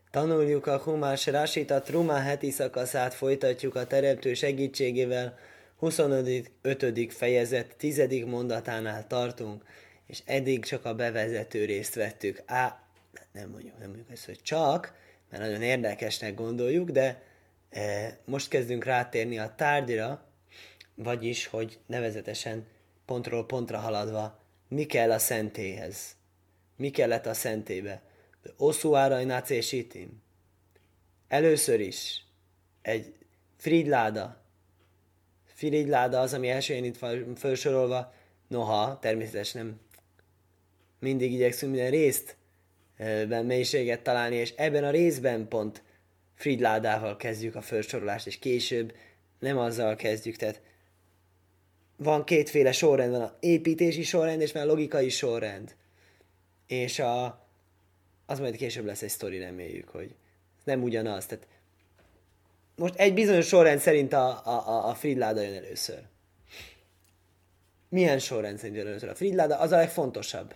Tanuljuk a Humás Rásit, a Truma heti szakaszát folytatjuk a teremtő segítségével. 25. fejezet 10. mondatánál tartunk, és eddig csak a bevezető részt vettük. Nem mondjuk ezt, hogy csak, mert nagyon érdekesnek gondoljuk, de most kezdünk rátérni a tárgyra, vagyis, hogy nevezetesen pontról pontra haladva, mi kell a szentélyhez. Mi kellett a szentélybe? Oszúára nácésítim. Először is egy frigláda. Frigláda az, ami elsőjén itt van felsorolva. Noha, természetesen nem mindig igyekszünk minden részt mélységet találni, és ebben a részben pont frigyládával kezdjük a felsorolást, és később nem azzal kezdjük. Tehát van kétféle sorrend, van a építési sorrend, és van a logikai sorrend. És az majd később lesz egy sztori, reméljük, hogy nem ugyanaz. Tehát most egy bizonyos sorrend szerint a frigláda jön először. Milyen sorrend szerint jön először a frigláda? Az a legfontosabb.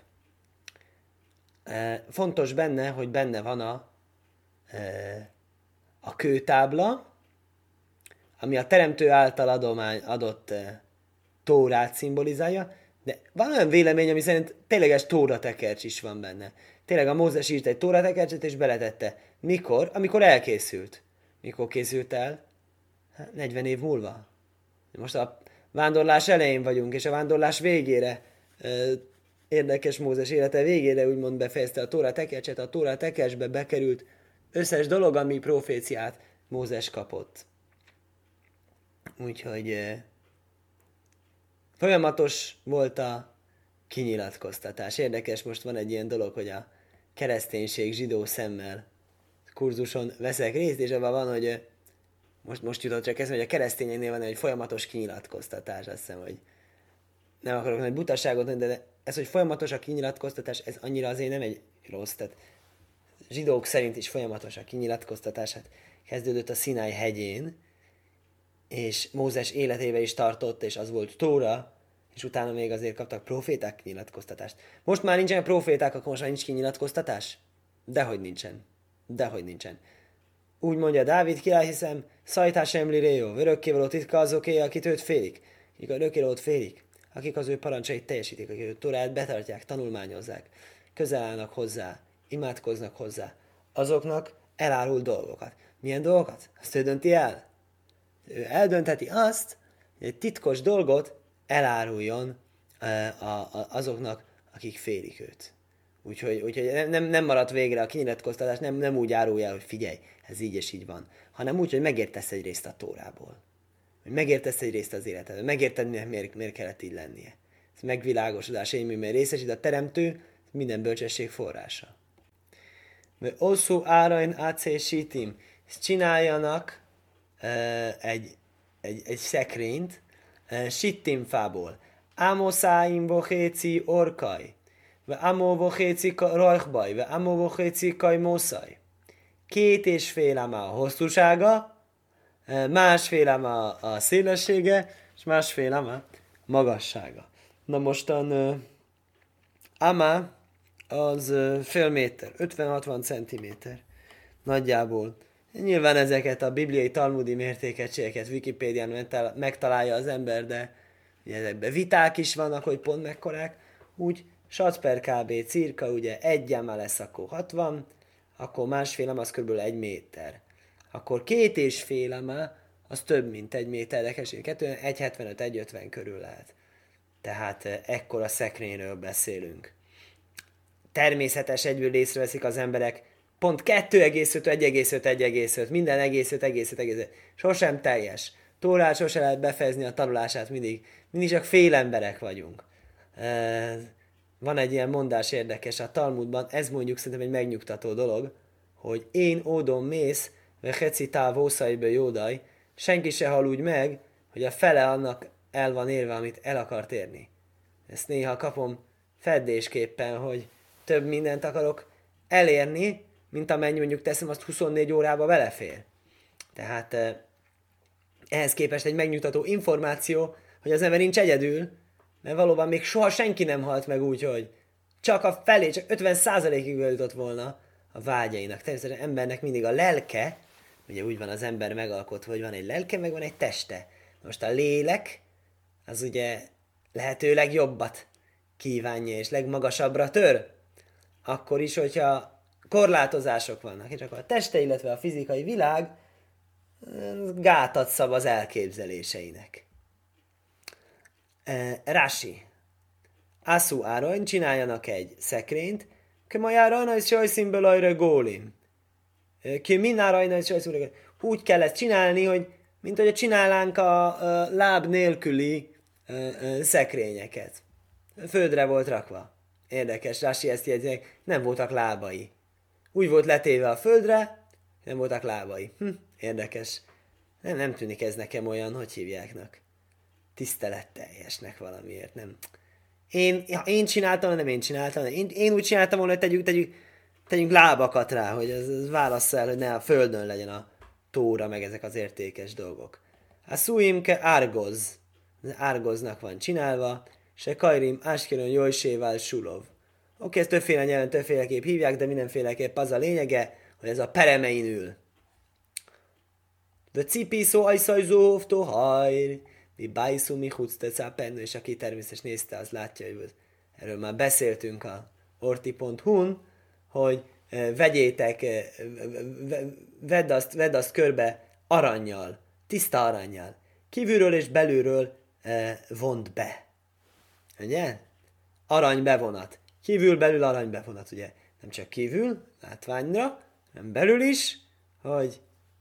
Fontos benne, hogy benne van a kőtábla, ami a teremtő által adott tórát szimbolizálja, de van olyan vélemény, ami szerint tényleges tóratekercs is van benne. Tényleg a Mózes írt egy tóratekercset és beletette. Mikor? Amikor elkészült. Mikor készült el? 40 év múlva. Most a vándorlás elején vagyunk, és a vándorlás végére, érdekes Mózes élete végére úgymond befejezte a tóratekercset, a tóratekercsbe bekerült összes dolog, ami proféciát Mózes kapott. Úgyhogy folyamatos volt a kinyilatkoztatás. Érdekes, most van egy ilyen dolog, hogy a kereszténység zsidó szemmel kurzuson veszek részt, és abban van, hogy most jutott csak eszembe, hogy a keresztényeknél van egy folyamatos kinyilatkoztatás. Azt hiszem, hogy nem akarok nagy butaságot mondani, de ez, hogy folyamatos a kinyilatkoztatás, ez annyira azért nem egy rossz. Tehát zsidók szerint is folyamatos a kinyilatkoztatás. Hát kezdődött a Szináj hegyén, és Mózes életébe is tartott, és az volt Tóra, és utána még azért kaptak proféták kinyilatkoztatást. Most már nincsenek proféták, akkor most már nincs kinyilatkoztatás? Dehogy nincsen. Dehogy nincsen. Úgy mondja Dávid király, hiszem, szajtás emli réjó, örökkévaló titka azoké, akit őt félik. Akik a örökkévalót félik, akik az ő parancsait teljesítik, akik ő Tórát betartják, tanulmányozzák, közel állnak hozzá, imádkoznak hozzá, azoknak elárul dolgokat. Milyen dolgokat? Azt ő dönti el. Ő eldöntheti azt, hogy egy titkos dolgot eláruljon azoknak, akik félik őt. Úgyhogy nem maradt végre a kinyilatkoztatás, nem úgy árulja, hogy figyelj, ez így és így van, hanem úgy, hogy megértesz egy részt a Tórából. Hogy megértesz egy részt az életedből, megérted, miért kellett így lennie. Ez megvilágosodás élményben részesít a teremtő, minden bölcsesség forrása. Mert oszú árain ácésítim, csináljanak egy szekrényt sittim fából. Ámoszáim vochéci orkaj, ve amó vochéci rajchbaj, ve amó vochéci kajmószaj. 2,5 áma a hosszúsága, 1,5 áma a szélessége, és 1,5 áma magassága. Na mostan áma az fél méter, 50-60 centiméter nagyjából. Nyilván ezeket a bibliai talmudi mértékegységeket Wikipédián megtalálja az ember, de ugye ezekben viták is vannak, hogy pont mekkorák. Úgy sac per kb. Cirka, ugye 1 áma lesz, akkor 60, akkor 1,5 áma az kb. 1 méter. Akkor 2,5 áma az több, mint 1 méter, de 1,75-1,50 körül lehet. Tehát ekkora szekrényről beszélünk. Természetes, egyből észreveszik az emberek, pont 2,5, 1,5, 1,5, minden 1,5. Sosem teljes. Tórát sose lehet befejezni a tanulását mindig csak fél emberek vagyunk. Van egy ilyen mondás érdekes a Talmudban, ez mondjuk szerintem egy megnyugtató dolog, hogy én ódom mész, ve heci távószaibe jódaj, senki se hal úgy meg, hogy a fele annak el van érve, amit el akart érni. Ezt néha kapom feddésképpen, hogy több mindent akarok elérni, mint amennyi mondjuk teszem, azt 24 órába belefér. Tehát ehhez képest egy megnyugtató információ, hogy az ember nincs egyedül, mert valóban még soha senki nem halt meg úgy, hogy csak a felé, csak 50%-ig jutott volna a vágyainak. Természetesen embernek mindig a lelke, ugye úgy van az ember megalkotva, hogy van egy lelke, meg van egy teste. Most a lélek, az ugye lehetőleg jobbat kívánja, és legmagasabbra tör. Akkor is, hogyha korlátozások vannak, és akkor a teste, illetve a fizikai világ gátat szab az elképzeléseinek. Rashi. Asu Áron, csináljanak egy szekrényt, Kemajára is sajszínből ajra gólim. Ki minnára is sajszínből úgy kell ezt csinálni, hogy mint hogy csinálnánk a láb nélküli szekrényeket. Földre volt rakva. Érdekes, Rashi ezt jegyzi, nem voltak lábai. Úgy volt letéve a földre, nem voltak lábai. Érdekes. Nem tűnik ez nekem olyan, hogy hívjáknak. Tiszteletteljesnek valamiért, nem. Én csináltam, nem én csináltam. Én úgy csináltam volna, hogy tegyünk lábakat rá, hogy az válassza el, hogy ne a földön legyen a tóra, meg ezek az értékes dolgok. A szúimke árgoz. Árgoznak van csinálva, se kajrim áskérön jojséval sulov. Oké, ezt többféle nyelven többféleképp hívják, de mindenféleképp az a lényege, hogy ez a peremein ül. De cipi szó ajszajzó hajr, mi bájszú mi huctecápennu, és aki természetesen nézte, az látja, hogy erről már beszéltünk a orti.hu-n, hogy vegyétek, vedd azt körbe arannyal, tiszta arannyal. Kívülről és belülről vont be. Ugye? Aranybevonat. Kívül, belül aranybevonat, ugye? Nem csak kívül, látványra, hanem belül is, hogy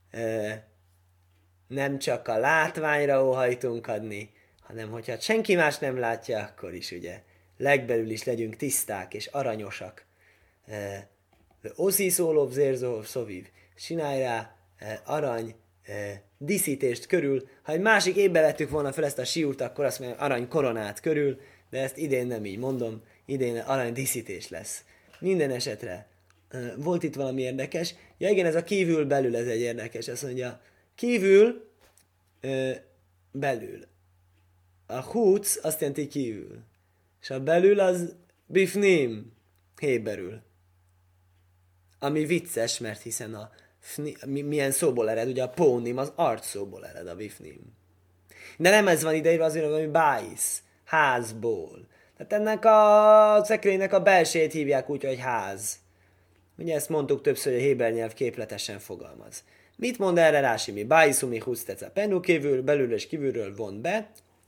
nem csak a látványra óhajtunk adni, hanem hogyha senki más nem látja, akkor is, ugye? Legbelül is legyünk tiszták és aranyosak. Oszi szólóbb zérzó szovív. Csinálj rá arany díszítést körül. Ha egy másik évben vettük volna fel ezt a siút, akkor azt mondja arany koronát körül, de ezt idén nem így mondom, idén arany díszítés lesz. Minden esetre volt itt valami érdekes. Ja igen, ez a kívül-belül, ez egy érdekes. Azt mondja, kívül, belül. A húc azt jelenti kívül. És a belül az bifnim, héberül. Ami vicces, mert hiszen a milyen szóból ered, ugye a pónim az arc szóból ered a bifnim. De nem ez van ideírva, azért valami bájsz, házból. Tehát ennek a szekrénynek a belsejét hívják úgy, hogy ház. Ugye ezt mondtuk többször, hogy a héber nyelv képletesen fogalmaz. Mit mond erre Rási? Mi bájszumi huszteca pennu kívül, belül és kívülről von be.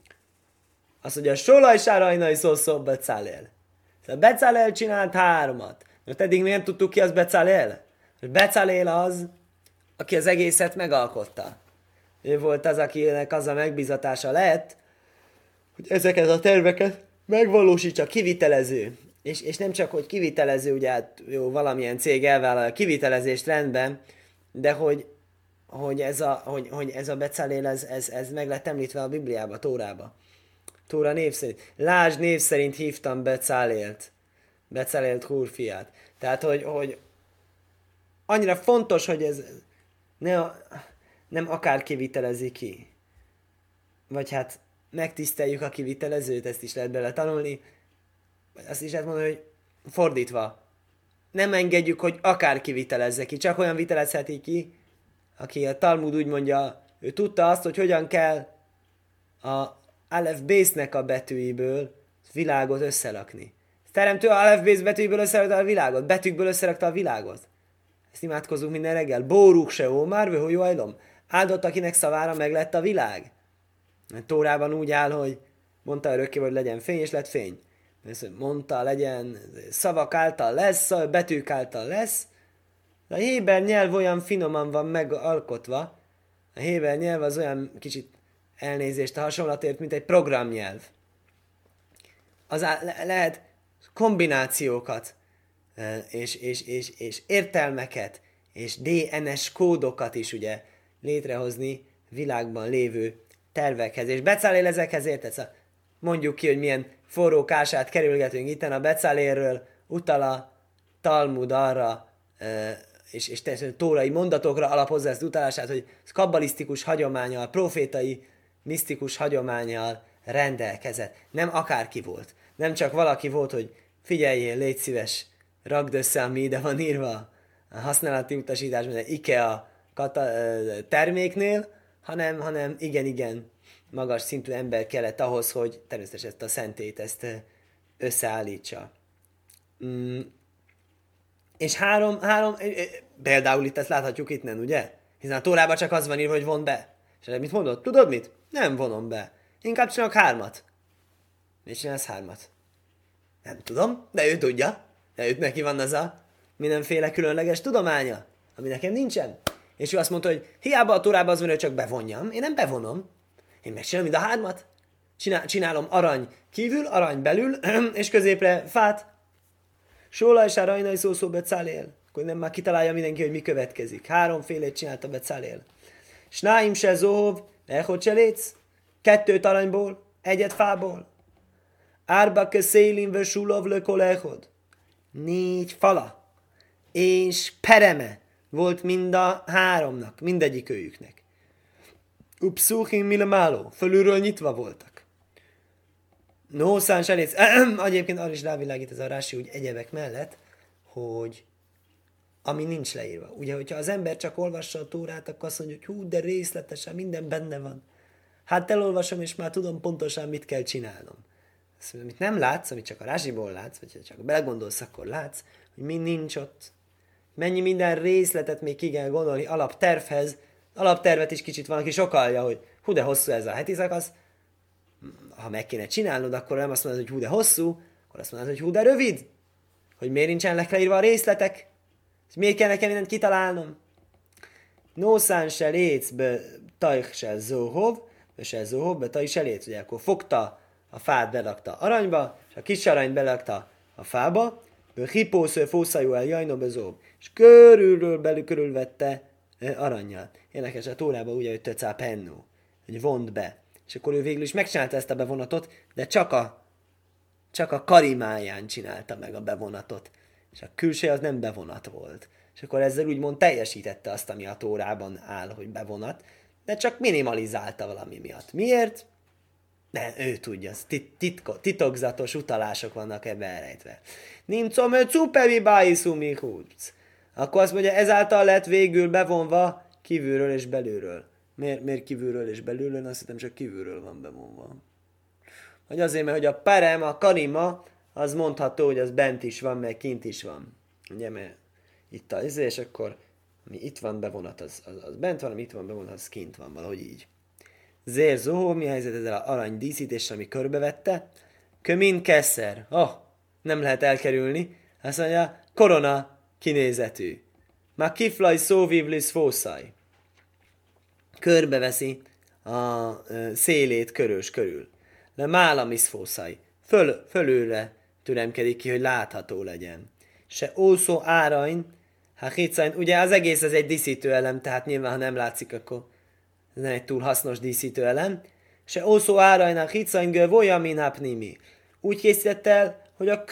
Azt mondja, solaj sárajnai szószó Becalel. A Becalel csinált hármat. Mert eddig miért tudtuk ki az Becalel? Becalel az, aki az egészet megalkotta. Ő volt az, akinek az a megbízatása lett, hogy ezeket a terveket megvalósítsa, kivitelező. És nem csak, hogy kivitelező, ugye hát jó, valamilyen cég elvállal a kivitelezést rendben, de hogy ez a Becalel, ez meg lett említve a Bibliába, Tórába. Tóra név szerint. Lásd név szerint hívtam Becalelt húrfiát. Tehát, hogy annyira fontos, hogy ez nem akárki vitelezi ki. Vagy hát megtiszteljük a kivitelezőt, ezt is lehet bele tanulni. Azt is lehet mondani, hogy fordítva. Nem engedjük, hogy akárki vitelezze ki, csak olyan vitelezheti ki, aki a Talmud úgy mondja, ő tudta azt, hogy hogyan kell a Aleph Bésznek a betűiből világot összerakni. Teremtő Aleph Bész betűiből összerakta a világot, betűkből összerakta a világot. Ezt imádkozunk minden reggel. Bóruk se ómár, vő jó ajlom. Áldott, akinek szavára meg lett a világ. A Tórában úgy áll, hogy mondta örökké, hogy legyen fény, és lett fény. Mondta, legyen szavak által lesz, betűk által lesz. A héber nyelv olyan finoman van megalkotva. A héber nyelv az olyan kicsit elnézést a hasonlatért, mint egy programnyelv. Lehet kombinációkat, és értelmeket, és DNS kódokat is ugye létrehozni világban lévő tervekhez. És Becalel ezekhez értesz? Mondjuk ki, hogy milyen forró kását kerülgetünk itten a Becalelről, utal a Talmud arra, és tórai mondatokra alapozza ezt utalását, hogy kabbalisztikus hagyománnyal, profétai, misztikus hagyománnyal rendelkezett. Nem akárki volt. Nem csak valaki volt, hogy figyeljél, légy szíves, rakd össze, ami ide van írva használati utasítás, mint egy IKEA terméknél, hanem igen, magas szintű ember kellett ahhoz, hogy természetesen ezt a szentét ezt összeállítsa. És három, például itt ezt láthatjuk itt, nem, ugye? Hiszen a Tórában csak az van írva, hogy von be. És mit mondod? Tudod mit? Nem vonom be. Inkább csinálok 3. Miért csinálsz 3? Nem tudom, de ő tudja. De őt neki van az a mindenféle különleges tudománya, ami nekem nincsen. És ő azt mondta, hogy hiába a Tórában az van, hogy csak bevonjam. Én nem bevonom. Én megcsinálom mind a 3. Csinálom arany kívül, arany belül, és középre fát. Sóla és arajnai szószó Becálél. Akkor nem már kitalálja mindenki, hogy mi következik. 3 félét csinálta Becálél. Snáim se zóhov, echot se létsz. 2 aranyból, 1 fából. Árba ke szélin ve sulov le kolechod. 4 fala. És pereme volt mind a 3-nak, mindegyik őjüknek. Upszuchim milemáló, fölülről nyitva voltak. Nószán se létsz. Egyébként arra is rávilágít ez a Rási úgy egyebek mellett, hogy ami nincs leírva. Ugye, hogyha az ember csak olvassa a Tórát, akkor azt mondja, hogy hú, de részletesen, minden benne van. Hát elolvasom, és már tudom pontosan, mit kell csinálnom. Azt mondja, amit nem látsz, amit csak a Rásiból látsz, vagy csak belegondolsz, akkor látsz, hogy mi nincs ott. Mennyi minden részletet még ki kell gondolni alaptervhez. Alaptervet is kicsit van, aki sokalja, hogy hú, de hosszú ez a heti szakasz. Ha meg kéne csinálnod, akkor nem azt mondod, hogy hú, de hosszú, akkor azt mondod, hogy hú, de rövid. Hogy miért nincsenek leírva a részletek. És miért kell nekem mindent kitalálnom? Nószán se létsz, be tajh se zóhov, be tajh se létsz. Ugye akkor fogta a fát, belakta aranyba, és a kis aranyt belakta a fába, hipósző fószajó el jajno bezób, és körülvette arannyal. Érdekes, a Tórában ugye, hogy töcá pennó, hogy vont be. És akkor ő végül is megcsinálta ezt a bevonatot, de csak a karimáján csinálta meg a bevonatot. És a külső az nem bevonat volt. És akkor ezzel úgymond teljesítette azt, ami a Tórában áll, hogy bevonat, de csak minimalizálta valami miatt. Miért? De ő tudja, titokzatos utalások vannak ebbe elrejtve. Nincom ő cupevi báiszumi húcs. Akkor azt mondja, ezáltal lett végül bevonva kívülről és belülről. Miért kívülről és belülről? Azt hiszem, csak kívülről van bevonva. Vagy azért, mert hogy a perem, a karima, az mondható, hogy az bent is van, meg kint is van. Ugye, mert itt az, és akkor mi itt van bevonat, az bent van, ami itt van bevonat, az kint van, valahogy így. Zér Zohó, mi helyzet ezzel a arany díszítéssel, ami körbevette? Kömin keszer. Nem lehet elkerülni. Azt mondja, korona kinézetű. Ma kiflaj szóvivlis fószaj. Körbeveszi a szélét körös körül. Le málam is fószaj. Fölülre türemkedik ki, hogy látható legyen. Se ószó árajn, ugye az egész az egy díszítő elem, tehát nyilván, ha nem látszik, akkor ez nem egy túl hasznos díszítő elem. Se ószó árajnák hicain gölvója minapnimi. Úgy készített el, hogy a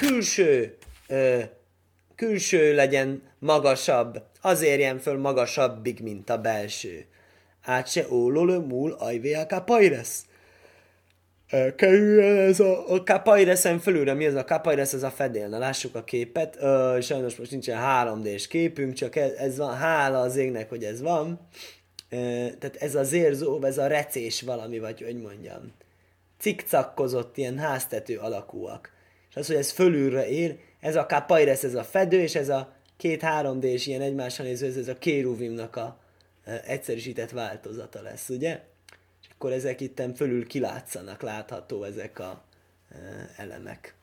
külső legyen magasabb, az érjen föl magasabbig, mint a belső. Át se ólolő múl ajvéaká pajresz. Kerül ez a kapajreszen fölülre. Mi az a kapajresz? Ez a fedél. Na lássuk a képet. Sajnos most nincsen 3D-s képünk, csak ez van. Hála az égnek, hogy ez van. Tehát ez az érzó, ez a recés valami, vagy hogy mondjam. Cikcakkozott ilyen háztető alakúak. És az, hogy ez fölülre ér, ez a kapajresz, ez a fedő, és ez a 2-3D-s ilyen egymásra néző, ez a kéruvimnak a egyszerűsített változata lesz, ugye? És akkor ezek itten fölül kilátszanak, látható ezek a elemek.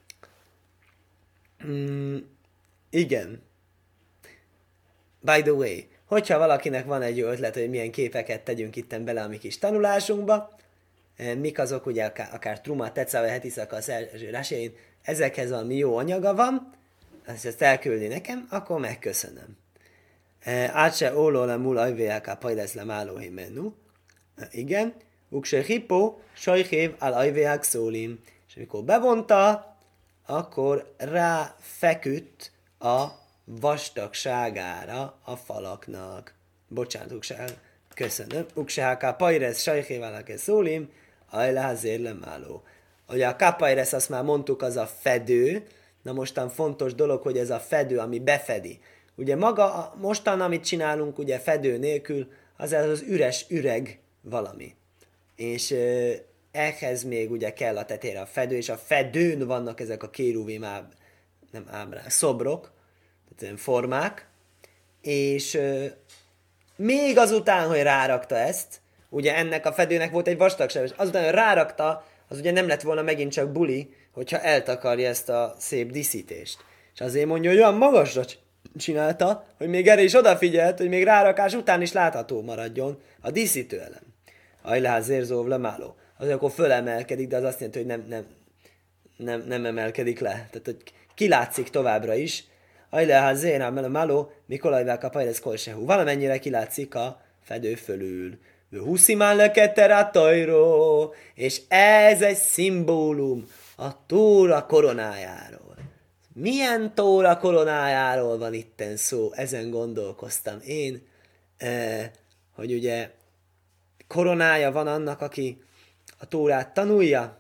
Igen. By the way, hogyha valakinek van egy jó ötlet, hogy milyen képeket tegyünk itten bele a mi kis tanulásunkba, mik azok, ugye akár Truma, Tetszá, vagy heti szakasz első rásjain, ezekhez valami jó anyaga van, ezt elküldi nekem, akkor megköszönöm. Átse ólóla mul ajvéjáká pajlesz le málóhi menü. Igen. Ukse hipó, sajhév al ajvéják szólim. És amikor bevonta, akkor ráfeküdt a vastagságára a falaknak. Bocsánat, köszönöm. Ukseháká pajresz, sajhév al ajvéják szólim, ajlázér le máló. Ugye a kapajresz, azt már mondtuk, az a fedő. Na mostan fontos dolog, hogy ez a fedő, ami befedi ugye maga mostan, amit csinálunk, ugye fedő nélkül, az üres üreg valami. És ehhez még ugye kell a tetejére a fedő, és a fedőn vannak ezek a kéruvim nem ábrák, szobrok, tehát formák, és még azután, hogy rárakta ezt, ugye ennek a fedőnek volt egy vastagság, és azután, hogy rárakta, az ugye nem lett volna megint csak buli, hogyha eltakarja ezt a szép díszítést. És azért mondja, hogy olyan magasra csinálta, hogy még erre is odafigyelt, hogy még rárakás után is látható maradjon a díszítőelem. Ajláz érzóv lemáló. Az akkor fölemelkedik, de az azt jelenti, hogy nem emelkedik le. Tehát, hogy kilátszik továbbra is. Ajláz érzóv lemáló, Mikolajvá kapajrez kolsehú. Valamennyire kilátszik a fedő fölül. Huszimán leketerátajró, és ez egy szimbólum a Tóra koronájáról. Milyen Tóra koronájáról van itten szó? Ezen gondolkoztam én, hogy ugye koronája van annak, aki a Tórát tanulja.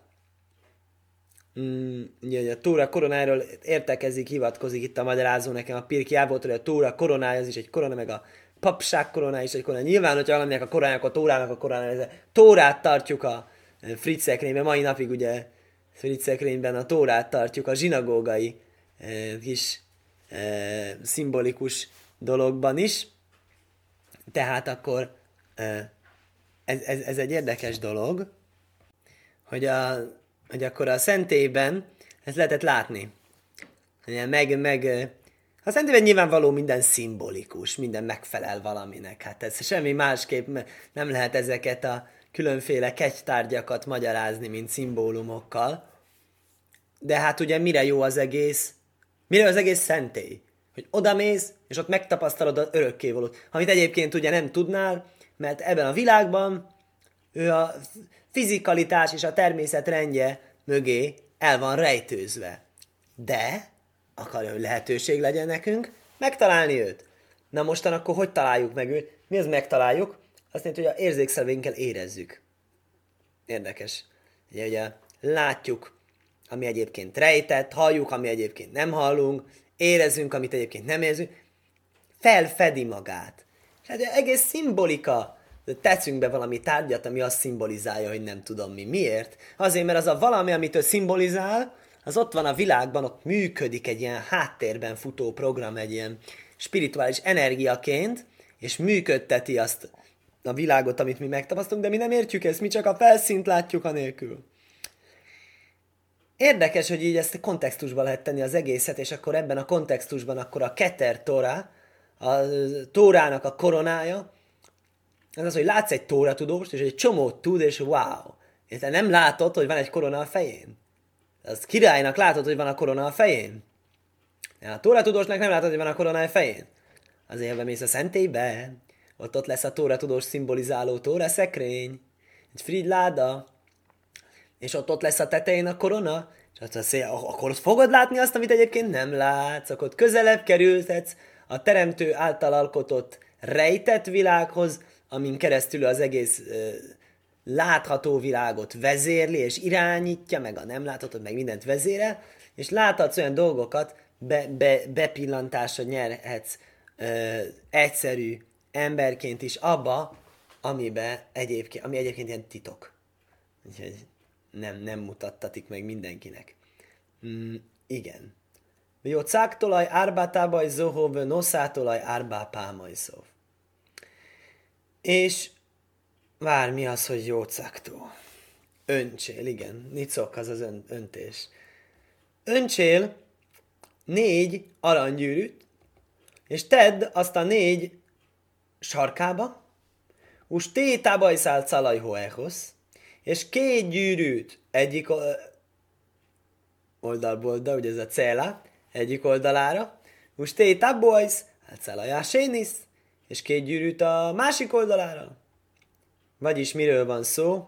Ugye a Tóra koronájáról értekezik, hivatkozik itt a magyarázó nekem a Pirkei Avótól, hogy a Tóra koronája, az is egy korona, meg a papság koronája is egy korona. Nyilván, hogyha valaminek a koronája, akkor a Tórának a koronája. Tórát tartjuk a Fritz-szekrényben, mai napig ugye Fritz-szekrényben a Tórát tartjuk a zsinagógai kis szimbolikus dologban is. Tehát akkor ez egy érdekes dolog, hogy akkor a szentélyben ezt lehetett látni. A szentélyben nyilvánvaló minden szimbolikus, minden megfelel valaminek. Hát ez semmi másképp nem lehet ezeket a különféle kegytárgyakat magyarázni, mint szimbólumokkal. De hát ugye mire jó az egész? Mire jó az egész szentély? Hogy odamész, és ott megtapasztalod az örökkévalót. Amit egyébként ugye nem tudnál, mert ebben a világban ő a fizikalitás és a természet rendje mögé el van rejtőzve. De akarja, hogy lehetőség legyen nekünk megtalálni őt. Na mostan akkor hogy találjuk meg őt? Mi az megtaláljuk? Azt jelenti, hogy a érzékszerveinkkel érezzük. Érdekes. Ugye látjuk, ami egyébként rejtett, halljuk, ami egyébként nem hallunk, érezzünk, amit egyébként nem érzünk. Felfedi magát. És hát egész szimbolika. Teszünk be valami tárgyat, ami azt szimbolizálja, hogy nem tudom mi. Miért? Azért, mert az a valami, amit ő szimbolizál, az ott van a világban, ott működik egy ilyen háttérben futó program, egy ilyen spirituális energiaként, és működteti azt a világot, amit mi megtapasztalunk, de mi nem értjük ezt, mi csak a felszínt látjuk anélkül. Érdekes, hogy így ezt a kontextusba lehet tenni az egészet, és akkor ebben a kontextusban akkor a Keter Tóra, a Tórának a koronája, az, hogy látsz egy Tóra tudóst, és egy csomót tud, és wow! És te nem látod, hogy van egy korona a fején. Az királynak látod, hogy van a korona a fején. A Tóra tudósnak nem látod, hogy van a korona a fején. Azért bemész a szentélybe, ott lesz a Tóra tudós szimbolizáló Tóra szekrény, egy Fridláda, és ott lesz a tetején a korona, és akkor ott fogod látni azt, amit egyébként nem látsz, akkor ott közelebb kerülhetsz a teremtő által alkotott rejtett világhoz, amin keresztül az egész látható világot vezérli, és irányítja, meg a nem láthatod, meg mindent vezérel, és láthatsz olyan dolgokat, bepillantásra nyerhetsz egyszerű emberként is abba, ami egyébként ilyen titok. Úgyhogy nem mutattatik meg mindenkinek. Igen. Jó, cáktolaj árbátábaj zohov, noszátolaj árbápámajszov. És mi az, hogy jócáktól? Öncsél, igen. Nicok az öntés. Öncsél 4 aranygyűrűt, és tedd azt a 4 sarkába, us tétábajszál calajhoehoz, és 2 gyűrűt egyik oldalból, de ugye ez a céla, egyik oldalára, us tétábajsz, cálajásénisz, és 2 gyűrűt a másik oldalára. Vagyis miről van szó?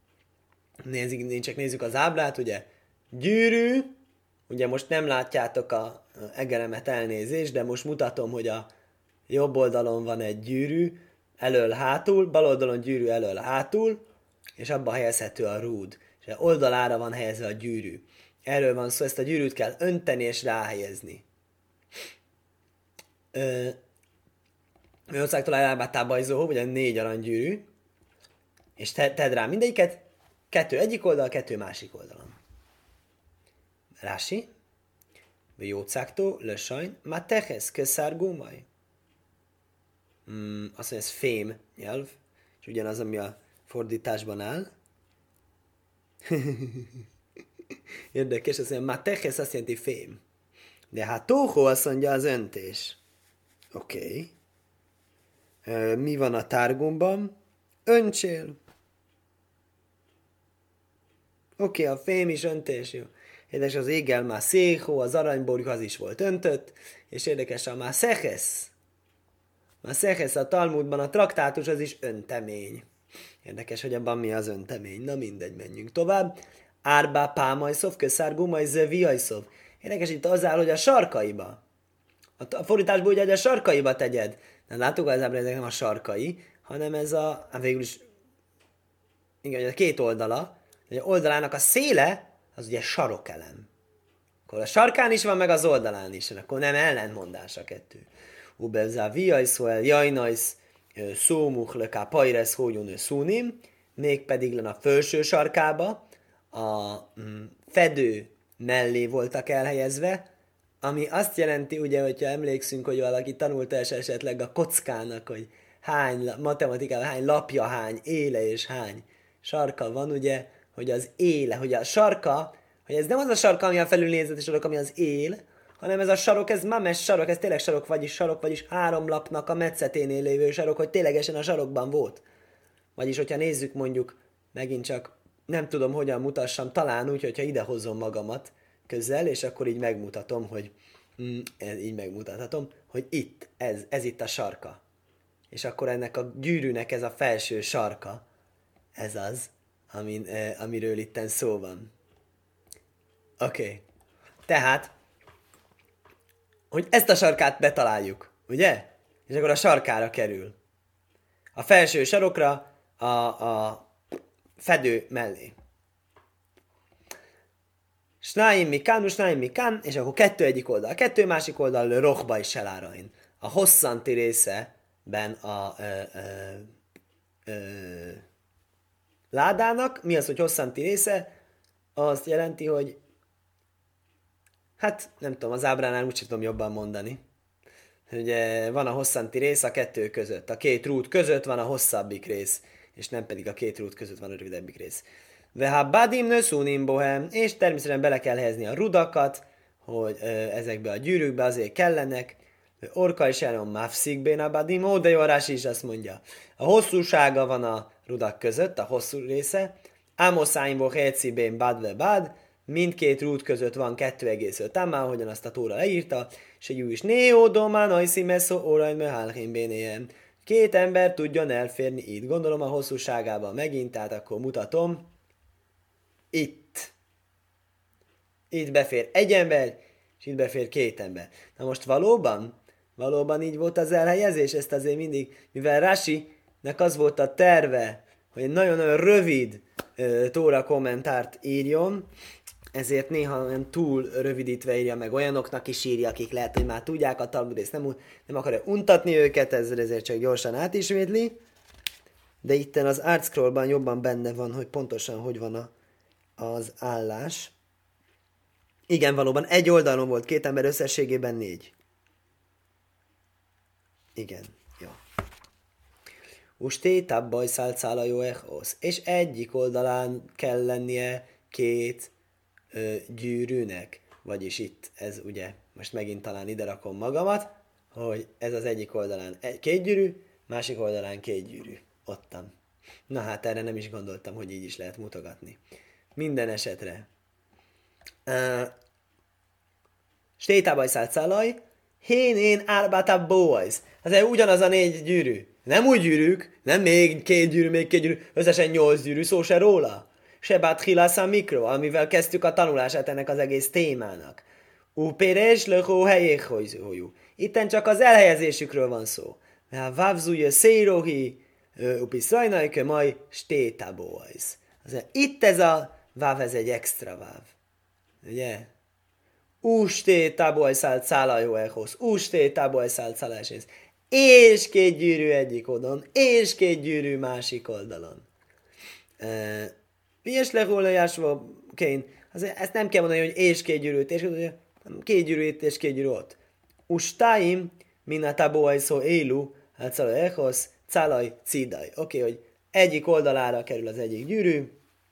Nézzük az ábrát, ugye? Gyűrű, ugye most nem látjátok a egeremet, elnézést, de most mutatom, hogy a jobb oldalon van egy gyűrű, elől-hátul, bal oldalon gyűrű elől-hátul, és abba helyezhető a rúd. És oldalára van helyezve a gyűrű. Erről van szó, ezt a gyűrűt kell önteni és ráhelyezni. országtól elbátába izóhó, ugye 4 aranygyűrű, és tedd rá mindegyiket, 2 egyik oldal, 2 másik oldalon. Rási, vagy jócáktól, lösajn, má tehez, köszár gumaj. Azt mondja, ez fém nyelv, és ugyanaz, ami a fordításban áll. Érdekes, azt mondja, má tehez azt jelenti fém. De hát tóhó azt mondja az öntés. Oké. Mi van a tárgumban? Öntsél. Oké, a fém is öntés, jó. Érdekes, az égel már széhó, az aranyborjú az is volt öntött, és érdekes, a már szechesz. Már szechesz a Talmudban, a traktátus az is öntemény. Érdekes, hogy abban mi az öntemény. Na mindegy, menjünk tovább. Árbá pámajszov, köszár gumaj, zeviajszov. Érdekes, itt az áll, hogy a sarkaiba. A fordításból ugye, hogy a sarkaiba tegyed. Nem láttuk, hogy ezek nem a sarkai, hanem ez a, végül is, igen, a két oldala, hogy a oldalának a széle, az ugye sarokelem. Akkor a sarkán is van, meg az oldalán is, akkor nem ellentmondás a kettő. Ubevzá viajszóel jajnajsz szómuch leká pajresz hógyun szúnim, mégpedig len a felső sarkába a fedő mellé voltak elhelyezve, ami azt jelenti, ugye, hogyha emlékszünk, hogy valaki tanulta esetleg a kockának, hogy hány matematikában hány lapja, hány éle és hány sarka van, ugye, hogy az éle, hogy a sarka, hogy ez nem az a sarka, ami a felülnézetes sarok, ami az él, hanem ez a sarok, ez mames sarok, ez tényleg sarok, vagyis 3 lapnak a metszeténél lévő sarok, hogy ténylegesen a sarokban volt. Vagyis, hogyha nézzük mondjuk, megint csak nem tudom, hogyan mutassam, talán úgy, hogyha idehozom magamat közel, és akkor így megmutatom, hogy így megmutathatom, hogy itt, ez itt a sarka. És akkor ennek a gyűrűnek ez a felső sarka, ez az, amiről itten szó van. Oké. Tehát, hogy ezt a sarkát betaláljuk, ugye? És akkor a sarkára kerül. A felső sarokra, a fedő mellé. Snáim mikán, és akkor 2 egyik oldal, 2 másik oldal rohba is elárain. A hosszanti részeben a ládának, mi az, hogy hosszanti része? Azt jelenti, hogy hát nem tudom, az ábránál úgy tudom jobban mondani. Ugye van a hosszanti rész a 2 között. A 2 rút között van a hosszabbik rész, és nem pedig a 2 rút között van a rövidebbik rész. Veha badim nőszunim bohem, és természetesen bele kell helyezni a rudakat, hogy ezekbe a gyűrűkbe azért kellenek. Orka is elon mafszikbén a badim, de jó, Rási is azt mondja. A hosszúsága van a rudak között, a hosszú része. Ámoszáimból hécibén badve bad, mindkét rút között van 2,5 támán, hogyan azt a Tóra leírta, és egy új is néódomán, ajszi messzó, órajn mehálhén bénéjen. 2 ember tudjon elférni itt. Gondolom a hosszúságában megint, tehát akkor mutatom. Itt. Itt befér 1 ember, és itt befér 2 ember. Na most valóban így volt az elhelyezés, ezt azért mindig, mivel Rasinek az volt a terve, hogy egy nagyon-nagyon rövid Tóra kommentárt írjon, ezért néha olyan túl rövidítve írja meg, olyanoknak is írja, akik lehet, hogy már tudják a Talmudrészt, nem akarja untatni őket, ezért csak gyorsan átismétli, de itten az ArtScrollban jobban benne van, hogy pontosan hogy van az állás. Igen, valóban 1 oldalon volt 2 ember, összességében 4. Igen, jó. Usté tabbaj szálcála jó echosz. És egyik oldalán kell lennie 2 gyűrűnek. Vagyis itt, ez ugye, most megint talán ide rakom magamat, hogy ez az egyik oldalán 2 gyűrű, másik oldalán 2 gyűrű. Ottan. Na hát erre nem is gondoltam, hogy így is lehet mutogatni. Minden esetre. Stétábaj szálcálaj, én árbátább bóajsz. Ez ugyanaz a 4 gyűrű. Nem úgy gyűrűk, nem még 2 gyűrű, még 2 gyűrű, összesen 8 gyűrű, szó se róla. Sebát hilászá mikro, amivel kezdtük a tanulását ennek az egész témának. Upéres lökó helyékhojzójú. Itten csak az elhelyezésükről van szó. Mert vávzúja szérohi, upiszrajnajke maj stétábóajsz. Itt ez a váv, ez egy extra váv. Ugye? Ústé tabojszál cálajóekhoz, ústé tabojszál cálajóekhoz. És két gyűrű egyik oldalon, és két gyűrű másik oldalon. Ilyes lehólajásva kén. Ezt nem kell mondani, hogy és két gyűrűt, és két gyűrűt, és két gyűrű ott. Ustáim, mina tabojszó élu, hát cálajóekhoz, cálaj cidaj. Oké, hogy egyik oldalára kerül az egyik gyűrű,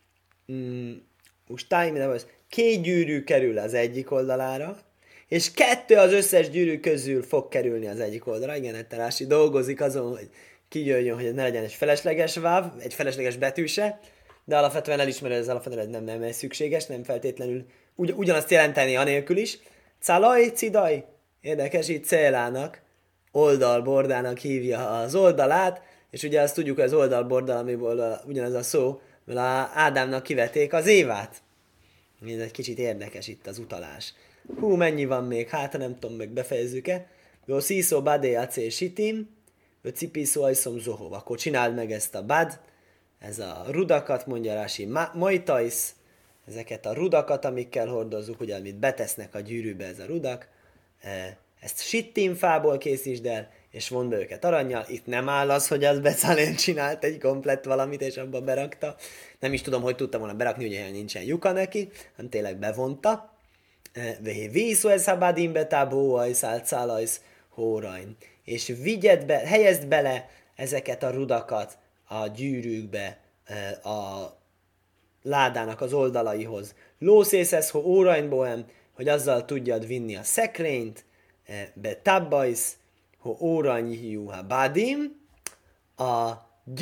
két gyűrű kerül az egyik oldalára, és kettő az összes gyűrű közül fog kerülni az egyik oldalra. Igen, Rási dolgozik azon, hogy kijöjjön, hogy ne legyen egy felesleges váv, egy felesleges betű se, de alapvetően elismerő, hogy ez alapvetően nem szükséges, nem feltétlenül ugyanazt jelenteni anélkül is. Calaj, cidaj, érdekes, itt célának, oldalbordának hívja az oldalát, és ugye azt tudjuk, hogy az oldalbordal, amiből ugyanaz a szó, mert Ádámnak kivették az Évát. Ez egy kicsit érdekes itt az utalás. Mennyi van még? Hát, nem tudom, meg befejezzük-e. Jó, sziszó badé acé sitim, jó, cipiszó ajszom zohov. Akkor csináld meg ezt a bad, ez a rudakat, mondja Rási, majtajsz, ezeket a rudakat, amikkel hordozzuk, ugye, amit betesznek a gyűrűbe ez a rudak, ezt sittim fából készítsd el, és vond be őket arannyal. Itt nem áll az, hogy az Becalén csinált egy komplett valamit, és abba berakta. Nem is tudom, hogy tudta volna berakni, ugye nincsen lyuka neki, hanem tényleg bevonta. Vízó ez habadin betábó, ajsz, hórajn. És helyezd bele ezeket a rudakat a gyűrűkbe, a ládának az oldalaihoz. Lószészesz, ho órajn bohem, hogy azzal tudjad vinni a szekrényt, betabbajsz, ho óranyhiú badim, a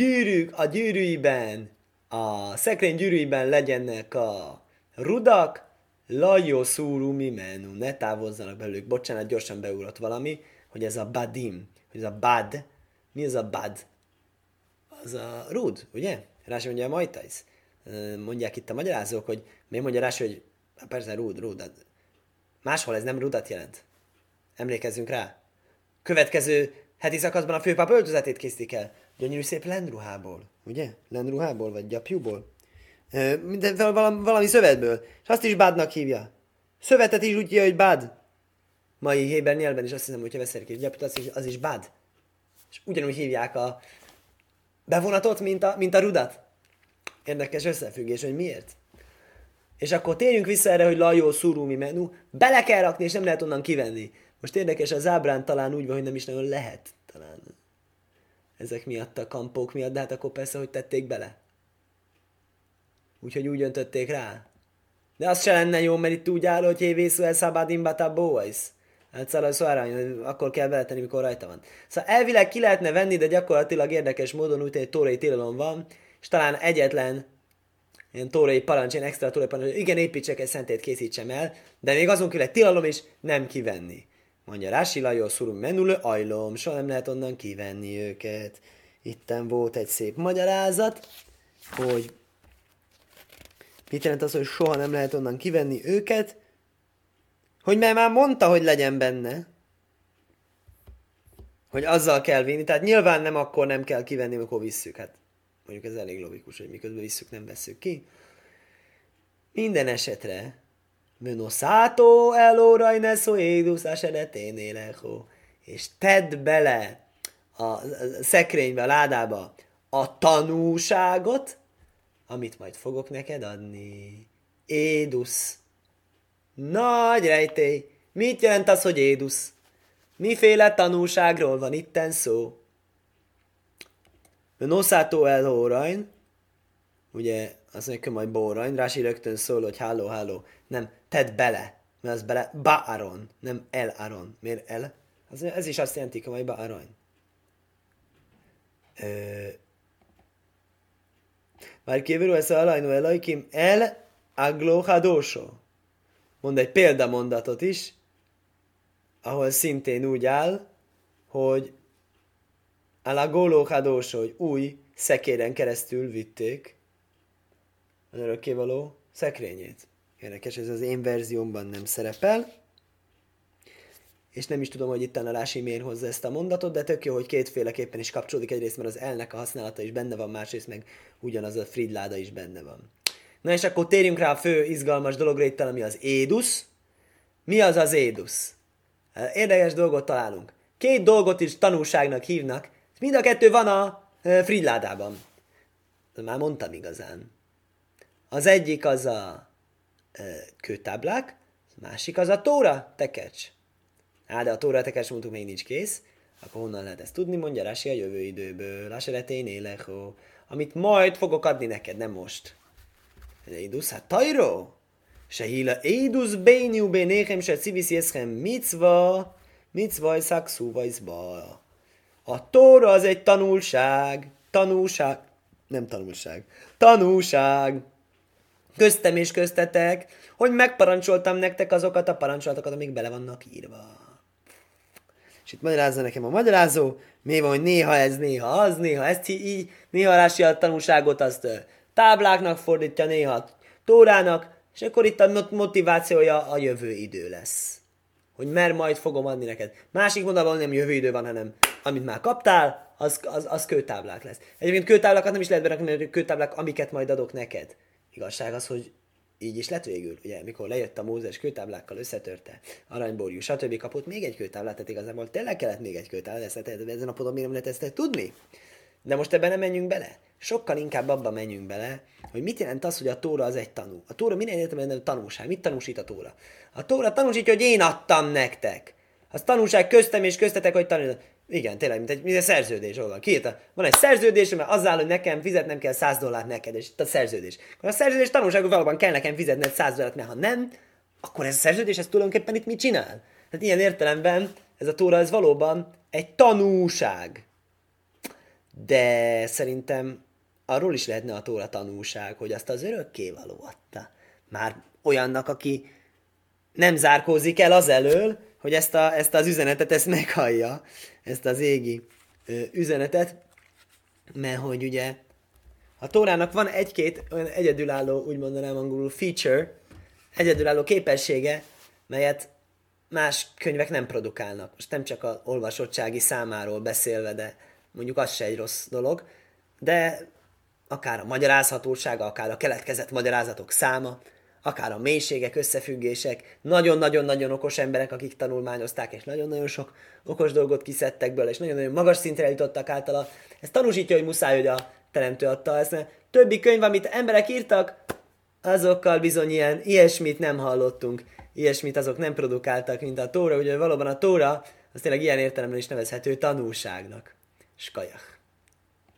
gyűrűiben, a szekrény gyűrűiben legyenek a rudak, lajó szúrú mimenu, ne távozzanak belőlük. Bocsánat, gyorsan beugrott valami, hogy ez a badim, hogy ez a bad. Mi ez a bad? Az a rud, ugye? Rási mondja a majtajsz. Mondják itt a magyarázók, hogy miért mondja Rási, hogy persze rud. Máshol ez nem rudat jelent. Emlékezzünk rá. Következő heti szakaszban a főpap öltözetét készítik el. Gyönyörű szép lenruhából, ugye? Lenruhából, vagy gyapjúból. Valami szövetből. És azt is bádnak hívja. Szövetet is úgy hívja, hogy bád. Mai héber nyelven is azt hiszem, hogyha veszerik egy gyapjút, az is bád. És ugyanúgy hívják a bevonatot, mint a rudat. Érdekes összefüggés, hogy miért. És akkor térjünk vissza erre, hogy lajó szurumi menu. Bele kell rakni, és nem lehet onnan kivenni. Most érdekes, az ábrán talán úgy van, hogy nem is nagyon lehet. Talán ezek miatt, a kampók miatt, de hát akkor persze, hogy tették bele. Úgyhogy úgy öntötték rá. De az se lenne jó, mert itt úgy áll, hogy hévészú el szabádin batabóajsz. Hát akkor kell beletenni, mikor rajta van. Szóval elvileg ki lehetne venni, de gyakorlatilag érdekes módon úgy, egy tórai tilalom van, és talán egyetlen ilyen tórai parancs, ilyen extra tórai parancs, hogy igen, építsek egy szentét, készítsem el, de még azon kívül egy tilalom is nem kivenni. Mondja Rási, lajó szurum menülő, ajlom, soha nem lehet onnan kivenni őket. Itten volt egy szép magyarázat, hogy mit jelent az, hogy soha nem lehet onnan kivenni őket, hogy mert már mondta, hogy legyen benne, hogy azzal kell vinni, tehát nyilván nem akkor nem kell kivenni, amikor visszük, hát mondjuk ez elég logikus, hogy miközben visszük, nem vesszük ki. Minden esetre, Vönoszátó elóra neszó édusz asereténéleho, és tedd bele a szekrénybe, a ládába a tanúságot, amit majd fogok neked adni. Édusz. Nagy rejtély. Mit jelent az, hogy édusz? Miféle tanúságról van itten szó? Noszátó elhórajn, ugye azt mondjuk, majd bórajn, Rási rögtön szól, hogy háló, nem, tedd bele, mert az bele, ba'aron, nem el-aron. Miért el? Ez is azt jelenti, hogy majd ba'aron. Már kívül ez a alajnó elajkim el aglóhadósó. Mond egy példamondatot is, ahol szintén úgy áll, hogy alagólóhadósó, hogy új szekéren keresztül vitték az örökkévaló szekrényét. Érdekes, ez az én verziómban nem szerepel, és nem is tudom, hogy itt a Rási miért hozza ezt a mondatot, de tök jó, hogy kétféleképpen is kapcsolódik, egyrészt, mert az elnek a használata is benne van, másrészt meg ugyanaz a fridláda is benne van. Na és akkor térjünk rá a fő izgalmas dologra itt, ami az édusz. Mi az az édusz? Érdekes dolgot találunk. Két dolgot is tanulságnak hívnak, mind a kettő van a Fridládában. Már mondtam igazán. Az egyik az a kőtáblák, a másik az a tóra tekercs. De a tóra tekercs mondtuk még nincs kész. Akkor honnan lehet ezt tudni? Mondja Rási a jövő időből. Láseretén élechó. Amit majd fogok adni neked, nem most. Édusz, hát tajró? Se híla édusz béniu bénéhem, se civisz jeszhem micva szakszú vajzba. A tóra az egy tanulság. Tanúság. Köztem és köztetek, hogy megparancsoltam nektek azokat a parancsolatokat, amik bele vannak írva. És itt magyarázza nekem a magyarázó, mi van, hogy néha ez, néha az, néha ezt így, néha Rási a tanúságot azt tábláknak fordítja, néha tórának, és akkor itt a motivációja a jövő idő lesz. Hogy mert majd fogom adni neked. Másik mondatban nem jövő idő van, hanem amit már kaptál, az kőtáblák lesz. Egyébként kőtáblákat nem is lehet berakni, mert kőtáblák, amiket majd adok neked. Igazság az, hogy így is lett végül, ugye, mikor lejött a Mózes kőtáblákkal, összetörte, aranyborjú, stb. Kapott még egy kőtáblát, tehát igazából tényleg kellett még egy kőtáblát, ezen a ponton még nem lehet ezt tudni. De most ebben nem menjünk bele. Sokkal inkább abban menjünk bele, hogy mit jelent az, hogy a Tóra az egy tanú. A Tóra minden értelemben tanúság. Mit tanúsít a Tóra? A Tóra tanúsítja, hogy én adtam nektek. Az tanúság köztem és köztetek, hogy tanultam. Igen, tényleg, mint egy szerződés. Van egy szerződés, mert azzal, hogy nekem fizetnem kell $100 neked, és itt a szerződés. A szerződés tanulságú valóban kell nekem fizetned $100, mert ha nem, akkor ez a szerződés, ez tulajdonképpen itt mit csinál? Tehát ilyen értelemben ez a Tóra, ez valóban egy tanúság. De szerintem arról is lehetne a Tóra tanúság, hogy azt az örökkévaló adta. Már olyannak, aki nem zárkózik el azelől, hogy ezt az üzenetet, ezt meghallja, ezt az égi üzenetet, mert hogy ugye a Tórának van egy-két olyan egyedülálló, úgy mondanám angolul, feature, egyedülálló képessége, melyet más könyvek nem produkálnak. Most nem csak az olvasottsági számáról beszélve, de mondjuk az se egy rossz dolog, de akár a magyarázhatósága, akár a keletkezett magyarázatok száma, akár a mélységek, összefüggések, nagyon-nagyon-nagyon okos emberek, akik tanulmányozták, és nagyon-nagyon sok okos dolgot kiszedtek belőle, és nagyon-nagyon magas szintre jutottak általa. Ez tanúsítja, hogy muszáj, hogy a teremtő adta ezt. Többi könyv, amit emberek írtak, azokkal bizony ilyesmit nem hallottunk, ilyesmit azok nem produkáltak, mint a Tóra, ugye valóban a Tóra, az tényleg ilyen értelemben is nevezhető tanúságnak. Skajach.